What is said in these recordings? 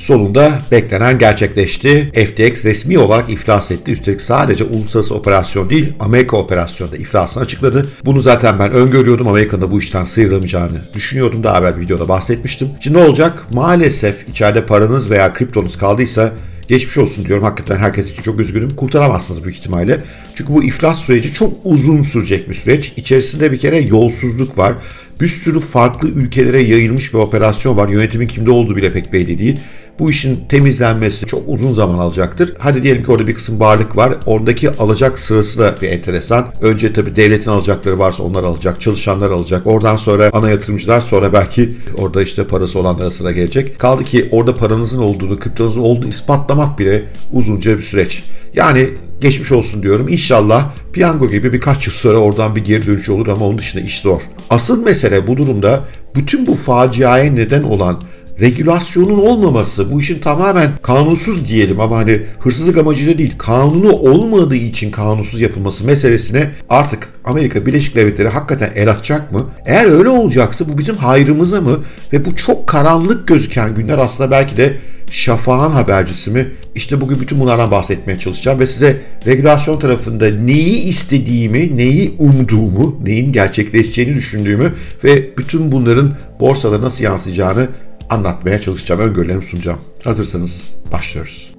Sonunda beklenen gerçekleşti. FTX resmi olarak iflas etti. Üstelik sadece uluslararası operasyon değil, Amerika operasyonunda iflasını açıkladı. Bunu zaten ben öngörüyordum. Amerika'nın da bu işten sıyrılamayacağını düşünüyordum. Daha evvel bir videoda bahsetmiştim. Şimdi ne olacak? Maalesef içeride paranız veya kriptonuz kaldıysa geçmiş olsun diyorum. Hakikaten herkes için çok üzgünüm. Kurtaramazsınız büyük ihtimalle. Çünkü bu iflas süreci çok uzun sürecek bir süreç. İçerisinde bir kere yolsuzluk var. Bir sürü farklı ülkelere yayılmış bir operasyon var. Yönetimin kimde olduğu bile pek belli değil. Bu işin temizlenmesi çok uzun zaman alacaktır. Hadi diyelim ki orada bir kısım varlık var. Oradaki alacak sırası da bir enteresan. Önce tabii devletin alacakları varsa onlar alacak, çalışanlar alacak. Oradan sonra ana yatırımcılar, sonra belki orada işte parası olanlara sıra gelecek. Kaldı ki orada paranızın olduğunu, kriptonuzun olduğunu ispatlamak bile uzunca bir süreç. Yani geçmiş olsun diyorum. İnşallah piyango gibi birkaç yıl sonra oradan bir geri dönüş olur ama onun dışında iş zor. Asıl mesele bu durumda bütün bu faciaya neden olan regülasyonun olmaması, bu işin tamamen kanunsuz diyelim ama hani hırsızlık amacıyla değil, kanunu olmadığı için kanunsuz yapılması meselesine artık Amerika Birleşik Devletleri hakikaten el atacak mı? Eğer öyle olacaksa bu bizim hayrımıza mı? Ve bu çok karanlık gözüken günler aslında belki de şafağın habercisi mi? İşte bugün bütün bunlardan bahsetmeye çalışacağım ve size regülasyon tarafında neyi istediğimi, neyi umduğumu, neyin gerçekleşeceğini düşündüğümü ve bütün bunların borsalara nasıl yansıyacağını anlatmaya çalışacağım, öngörülerimi sunacağım. Hazırsanız başlıyoruz.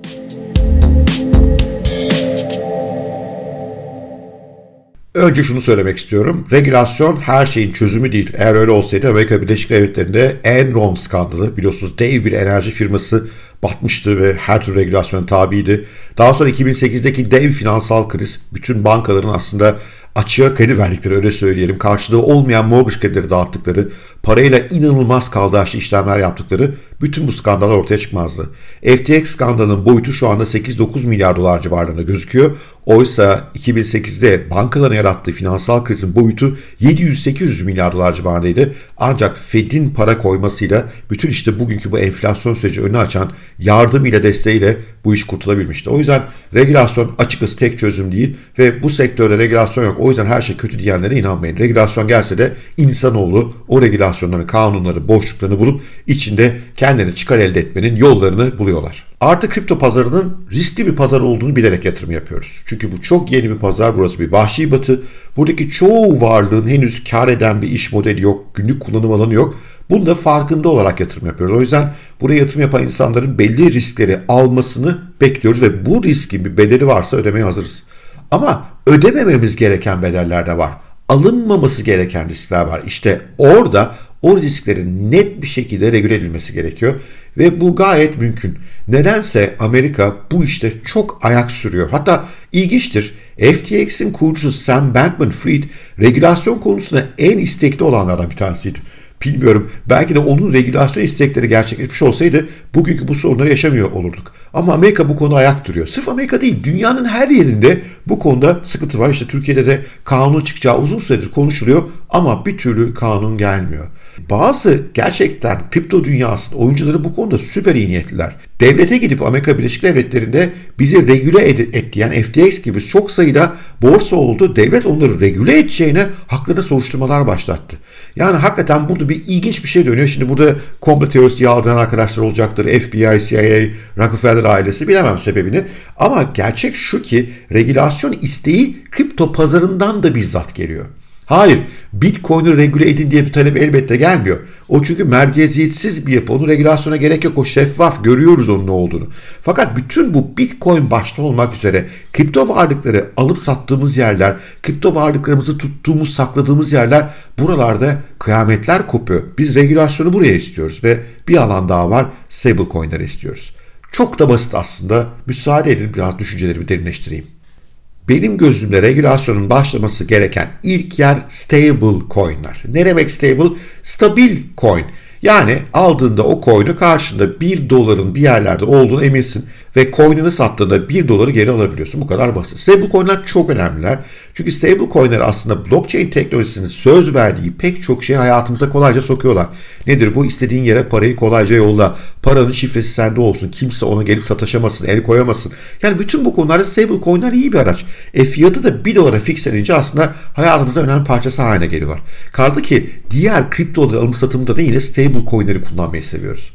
Önce şunu söylemek istiyorum. Regülasyon her şeyin çözümü değil. Eğer öyle olsaydı Amerika Birleşik Devletleri'nde Enron skandalı, biliyorsunuz dev bir enerji firması batmıştı ve her türlü regülasyona tabiydi. Daha sonra 2008'deki dev finansal kriz, bütün bankaların aslında açığa kredi verdikleri, öyle söyleyelim, karşılığı olmayan mortgage kredileri dağıttıkları, parayla inanılmaz kaldaşlı işlemler yaptıkları bütün bu skandallar ortaya çıkmazdı. FTX skandalının boyutu şu anda 8-9 milyar dolar civarlarında gözüküyor. Oysa 2008'de bankaların yarattığı finansal krizin boyutu 700-800 milyar dolar civarındaydı. Ancak Fed'in para koymasıyla bütün işte bugünkü bu enflasyon süreci önünü açan yardımıyla, desteğiyle bu iş kurtulabilmişti. O yüzden regülasyon açıkçası tek çözüm değil ve bu sektörde regülasyon yok. O yüzden her şey kötü diyenlere inanmayın. Regülasyon gelse de insanoğlu o regülasyonları, kanunları, boşluklarını bulup içinde kendine çıkar elde etmenin yollarını buluyorlar. Artık kripto pazarının riskli bir pazar olduğunu bilerek yatırım yapıyoruz. Çünkü bu çok yeni bir pazar, burası bir vahşi batı. Buradaki çoğu varlığın henüz kar eden bir iş modeli yok, günlük kullanım alanı yok. Bunu da farkında olarak yatırım yapıyoruz. O yüzden buraya yatırım yapan insanların belli riskleri almasını bekliyoruz ve bu riskin bir bedeli varsa ödemeye hazırız. Ama ödemememiz gereken bedeller de var. Alınmaması gereken riskler var. İşte orada o risklerin net bir şekilde regüle edilmesi gerekiyor ve bu gayet mümkün. Nedense Amerika bu işte çok ayak sürüyor. Hatta ilginçtir, FTX'in kurucusu Sam Bankman-Fried regülasyon konusunda en istekli olanlardan bir tanesiydi. Bilmiyorum, belki de onun regülasyon istekleri gerçekleşmiş olsaydı bugünkü bu sorunları yaşamıyor olurduk. Ama Amerika bu konuda ayak duruyor. Sırf Amerika değil, dünyanın her yerinde bu konuda sıkıntı var. İşte Türkiye'de de kanun çıkacağı uzun süredir konuşuluyor ama bir türlü kanun gelmiyor. Bazı gerçekten kripto dünyasının oyuncuları bu konuda süper iyi niyetliler. Devlete gidip Amerika Birleşik Devletleri'nde bizi regüle et diyen FTX gibi çok sayıda borsa oldu. Devlet onları regüle edeceğine haklarında soruşturmalar başlattı. Yani hakikaten burada bir ilginç bir şey dönüyor. Şimdi burada komplo teorisi yağdıran arkadaşlar olacaktır. FBI, CIA, Rockefeller ailesi, bilemem sebebini. Ama gerçek şu ki regülasyon isteği kripto pazarından da bizzat geliyor. Hayır, Bitcoin'i regüle edin diye bir talep elbette gelmiyor. O çünkü merkeziyetsiz bir yapı. Onun regülasyona gerek yok. O şeffaf, görüyoruz onun ne olduğunu. Fakat bütün bu Bitcoin başta olmak üzere kripto varlıkları alıp sattığımız yerler, kripto varlıklarımızı tuttuğumuz, sakladığımız yerler, buralarda kıyametler kopuyor. Biz regülasyonu buraya istiyoruz ve bir alan daha var, stablecoin'leri istiyoruz. Çok da basit aslında. Müsaade edin biraz düşüncelerimi derinleştireyim. Benim gözümde regülasyonun başlaması gereken ilk yer stable coin'ler. Ne demek stable? Stabil coin. Yani aldığında o coin'i karşında 1 doların bir yerlerde olduğunu eminsin ve coin'ini sattığında 1 doları geri alabiliyorsun. Bu kadar basit. Stable coin'ler çok önemliler. Çünkü stable coin'ler aslında blockchain teknolojisinin söz verdiği pek çok şeyi hayatımıza kolayca sokuyorlar. Nedir bu? İstediğin yere parayı kolayca yolla. Paranın şifresi sende olsun. Kimse ona gelip sataşamasın, el koyamasın. Yani bütün bu konularda stable coin'ler iyi bir araç. Fiyatı da 1 dolara fixlenince aslında hayatımızda önemli parçası haline geliyorlar. Kaldı ki diğer kriptoların alım satımında da yine stable coin'leri kullanmayı seviyoruz.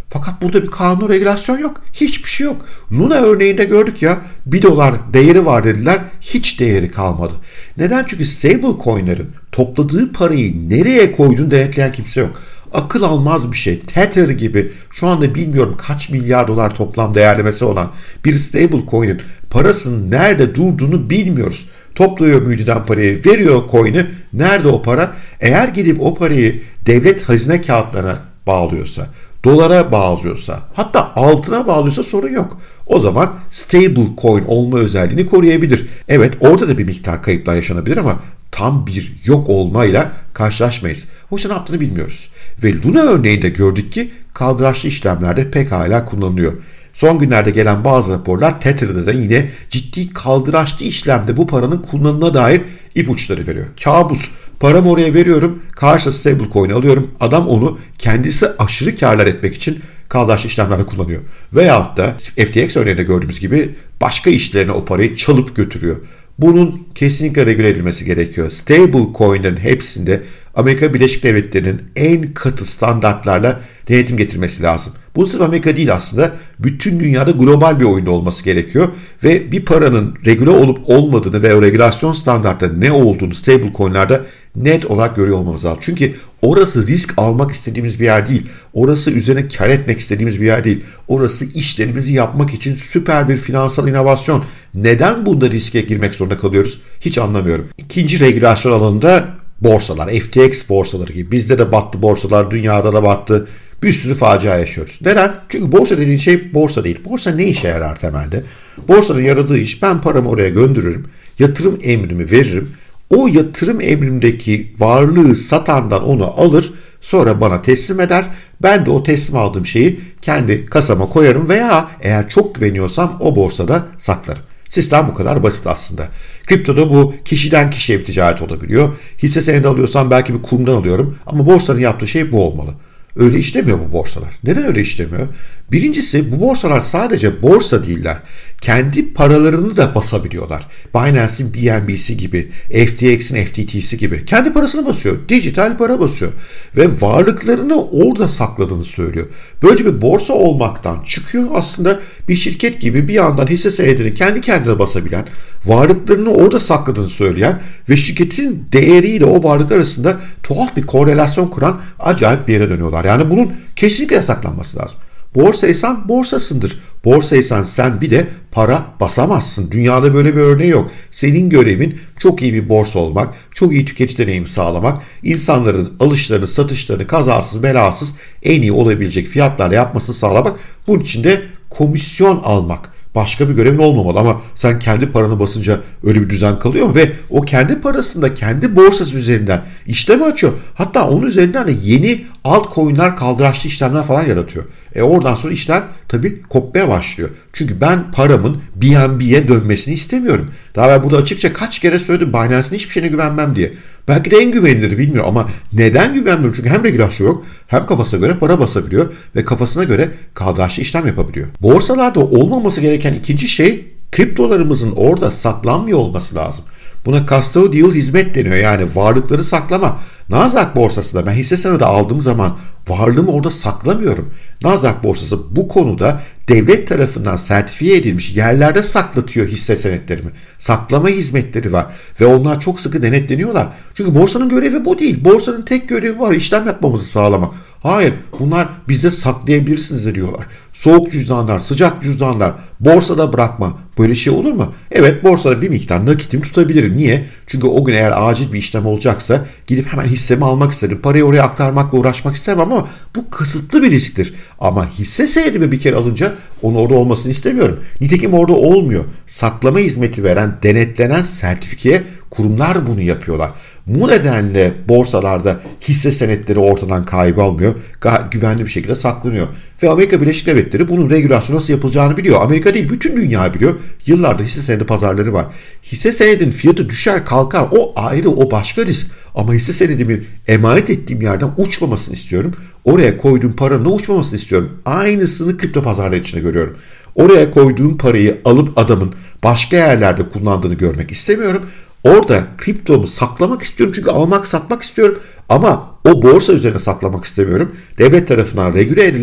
Fakat burada bir kanun regülasyon yok. Hiçbir şey yok. Luna örneğinde gördük ya, $1 değeri var dediler. Hiç değeri kalmadı. Neden? Çünkü stable coin'lerin topladığı parayı nereye koyduğunu denetleyen kimse yok. Akıl almaz bir şey. Tether gibi şu anda bilmiyorum kaç milyar dolar toplam değerlemesi olan bir stable coin'in parasının nerede durduğunu bilmiyoruz. Topluyor müdiden parayı, veriyor coin'i. Nerede o para? Eğer gidip o parayı devlet hazine kağıtlarına bağlıyorsa, dolara bağlıyorsa, hatta altına bağlıyorsa sorun yok. O zaman stable coin olma özelliğini koruyabilir. Evet, orada da bir miktar kayıplar yaşanabilir ama tam bir yok olmayla karşılaşmayız. Oysa ne yaptığını bilmiyoruz. Ve Luna örneğinde gördük ki kaldıraçlı işlemlerde pekala kullanılıyor. Son günlerde gelen bazı raporlar Tether'da da yine ciddi kaldıraçlı işlemde bu paranın kullanımına dair ipuçları veriyor. Kabus. Paramı oraya veriyorum, karşıda stablecoin alıyorum. Adam onu kendisi aşırı karlar etmek için kaldıraçlı işlemlerde kullanıyor. Veyahut da FTX örneğinde gördüğümüz gibi başka işlerine o parayı çalıp götürüyor. Bunun kesinlikle regüle edilmesi gerekiyor. Stablecoin'lerin hepsinde Amerika Birleşik Devletleri'nin en katı standartlarla denetim getirmesi lazım. Bu sırf Amerika değil aslında. Bütün dünyada global bir oyunda olması gerekiyor. Ve bir paranın regüle olup olmadığını ve o regülasyon standartları ne olduğunu stablecoin'lerde net olarak görüyor olmamız lazım. Çünkü orası risk almak istediğimiz bir yer değil. Orası üzerine kar etmek istediğimiz bir yer değil. Orası işlerimizi yapmak için süper bir finansal inovasyon. Neden bunda riske girmek zorunda kalıyoruz? Hiç anlamıyorum. İkinci regülasyon alanında borsalar, FTX borsaları gibi. Bizde de battı borsalar, dünyada da battı. Bir sürü facia yaşıyoruz. Neden? Çünkü borsa dediğin şey borsa değil. Borsa ne işe yarar temelde? Borsanın yaradığı iş, ben paramı oraya gönderirim, yatırım emrimi veririm. O yatırım emrimdeki varlığı satandan onu alır, sonra bana teslim eder. Ben de o teslim aldığım şeyi kendi kasama koyarım veya eğer çok güveniyorsam o borsada saklarım. Sistem bu kadar basit aslında. Kriptoda bu kişiden kişiye bir ticaret olabiliyor. Hisse senedi alıyorsam belki bir kurumdan alıyorum ama borsanın yaptığı şey bu olmalı. Öyle işlemiyor bu borsalar. Neden öyle işlemiyor? Birincisi, bu borsalar sadece borsa değiller. Kendi paralarını da basabiliyorlar. Binance'in BNB'si gibi, FTX'in FTT'si gibi. Kendi parasını basıyor. Dijital para basıyor. Ve varlıklarını orada sakladığını söylüyor. Böylece bir borsa olmaktan çıkıyor. Aslında bir şirket gibi bir yandan hisse senedini kendi kendine basabilen, varlıklarını orada sakladığını söyleyen ve şirketin değeriyle o varlık arasında tuhaf bir korelasyon kuran acayip bir yere dönüyorlar. Yani bunun kesinlikle yasaklanması lazım. Borsaysan borsasındır. Borsaysan sen bir de para basamazsın. Dünyada böyle bir örneği yok. Senin görevin çok iyi bir borsa olmak, çok iyi tüketici deneyimi sağlamak, insanların alışlarını, satışlarını kazasız belasız en iyi olabilecek fiyatlarla yapmasını sağlamak. Bunun için de komisyon almak. Başka bir görevin olmamalı ama sen kendi paranı basınca öyle bir düzen kalıyor mu? Ve o kendi parasında kendi borsası üzerinden işlem açıyor. Hatta onun üzerinden de yeni altcoin'ler, kaldıraçlı işlemler falan yaratıyor. Oradan sonra işler tabii kopmaya başlıyor. Çünkü ben paramın BNB'ye dönmesini istemiyorum. Daha ben burada açıkça kaç kere söyledim, Binance'in hiçbir şeyine güvenmem diye. Belki de en güveniliri bilmiyorum ama neden güvenmiyorum? Çünkü hem regülasyon yok, hem kafasına göre para basabiliyor ve kafasına göre kaldıraçlı işlem yapabiliyor. Borsalarda olmaması gereken ikinci şey, kriptolarımızın orada saklanmıyor olması lazım. Buna custodial hizmet deniyor, yani varlıkları saklama. Nasdaq borsasında ben hisse senedi aldığım zaman varlığımı orada saklamıyorum. Nasdaq borsası bu konuda devlet tarafından sertifiye edilmiş yerlerde saklatıyor hisse senetlerimi. Saklama hizmetleri var ve onlar çok sıkı denetleniyorlar. Çünkü borsanın görevi bu değil. Borsanın tek görevi var, işlem yapmamızı sağlamak. Hayır, bunlar bize saklayabilirsiniz diyorlar. Soğuk cüzdanlar, sıcak cüzdanlar, borsada bırakma. Böyle şey olur mu? Evet, borsada bir miktar nakitimi tutabilirim. Niye? Çünkü o gün eğer acil bir işlem olacaksa gidip hemen hissemi almak isterim. Parayı oraya aktarmakla uğraşmak istemem ama bu kısıtlı bir risktir. Ama hisse senedimi bir kere alınca onun orada olmasını istemiyorum. Nitekim orada olmuyor. Saklama hizmeti veren, denetlenen sertifikeye kurumlar bunu yapıyorlar. Bu nedenle borsalarda hisse senetleri ortadan kaybolmuyor. Güvenli bir şekilde saklanıyor. Ve Amerika Birleşik Devletleri bunun regülasyonu nasıl yapılacağını biliyor. Amerika değil, bütün dünya biliyor. Yıllardır hisse senedi pazarları var. Hisse senedinin fiyatı düşer kalkar. O ayrı, o başka risk. Ama hisse senedimi emanet ettiğim yerden uçmamasını istiyorum. Oraya koyduğum paranın da uçmamasını istiyorum. Aynısını kripto pazarları içinde görüyorum. Oraya koyduğum parayı alıp adamın başka yerlerde kullandığını görmek istemiyorum. Orada kriptomu saklamak istiyorum çünkü almak satmak istiyorum ama o borsa üzerine saklamak istemiyorum. Devlet tarafından regüle edilen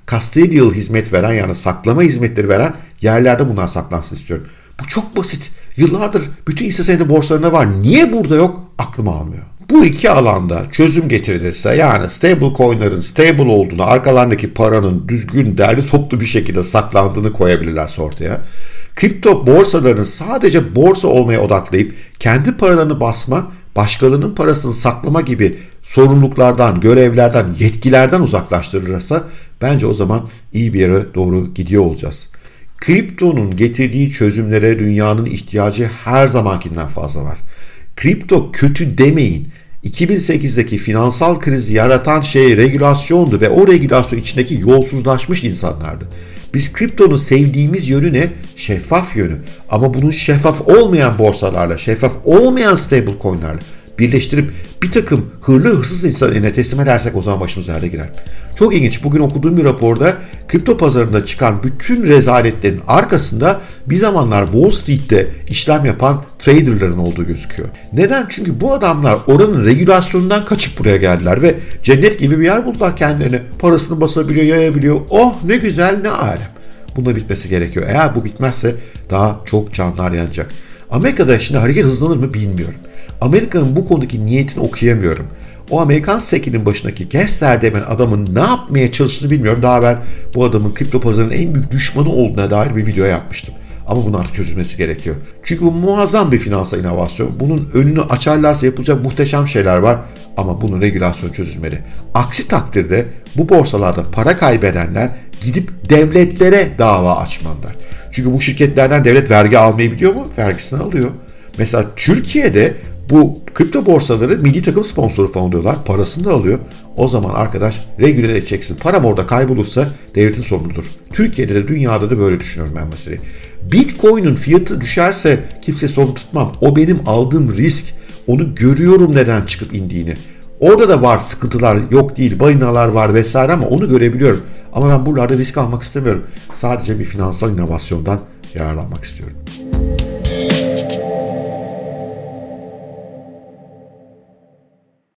custodial hizmet veren, yani saklama hizmetleri veren yerlerde bunlar saklansın istiyorum. Bu çok basit. Yıllardır bütün hisse senedi borsalarında var. Niye burada yok? Aklım almıyor. Bu iki alanda çözüm getirilirse, yani stable coin'ların stable olduğunu, arkalarındaki paranın düzgün, derli toplu bir şekilde saklandığını koyabilirlerse ortaya, kripto borsalarının sadece borsa olmaya odaklayıp kendi paralarını basma, başkalarının parasını saklama gibi sorumluluklardan, görevlerden, yetkilerden uzaklaştırılırsa bence o zaman iyi bir yere doğru gidiyor olacağız. Kriptonun getirdiği çözümlere dünyanın ihtiyacı her zamankinden fazla var. Kripto kötü demeyin. 2008'deki finansal krizi yaratan şey regülasyondu ve o regülasyon içindeki yolsuzlaşmış insanlardı. Biz kriptonun sevdiğimiz yönü ne? Şeffaf yönü. Ama bunun şeffaf olmayan borsalarla, şeffaf olmayan stable coin'lerle birleştirip bir takım hırlı hırsız insan eline teslim edersek o zaman başımız derde girer. Çok ilginç. Bugün okuduğum bir raporda kripto pazarında çıkan bütün rezaletlerin arkasında bir zamanlar Wall Street'te işlem yapan traderların olduğu gözüküyor. Neden? Çünkü bu adamlar oranın regülasyonundan kaçıp buraya geldiler ve cennet gibi bir yer buldular kendilerine. Parasını basabiliyor, yayabiliyor. Oh ne güzel, ne alem. Bunda bitmesi gerekiyor. Eğer bu bitmezse daha çok canlar yanacak. Amerika'da şimdi hareket hızlanır mı bilmiyorum. Amerika'nın bu konudaki niyetini okuyamıyorum. O Amerikan SEC'inin başındaki Gensler denen adamın ne yapmaya çalıştığını bilmiyorum. Daha evvel bu adamın kripto pazarının en büyük düşmanı olduğuna dair bir video yapmıştım. Ama bunun artık çözülmesi gerekiyor. Çünkü bu muazzam bir finansal inovasyon. Bunun önünü açarlarsa yapılacak muhteşem şeyler var. Ama bunun regülasyonu çözülmeli. Aksi takdirde bu borsalarda para kaybedenler gidip devletlere dava açmalılar. Çünkü bu şirketlerden devlet vergi almayı biliyor mu? Vergisini alıyor. Mesela Türkiye'de bu kripto borsaları milli takım sponsoru falan oluyorlar. Parasını da alıyor. O zaman arkadaş regüle edeceksin. Param orada kaybolursa devletin sorumludur. Türkiye'de de dünyada da böyle düşünüyorum ben meseleyi. Bitcoin'in fiyatı düşerse kimse sorumlu tutmam. O benim aldığım risk. Onu görüyorum neden çıkıp indiğini. Orada da var sıkıntılar, yok değil, balinalar var vesaire ama onu görebiliyorum. Ama ben buralarda risk almak istemiyorum. Sadece bir finansal inovasyondan yararlanmak istiyorum.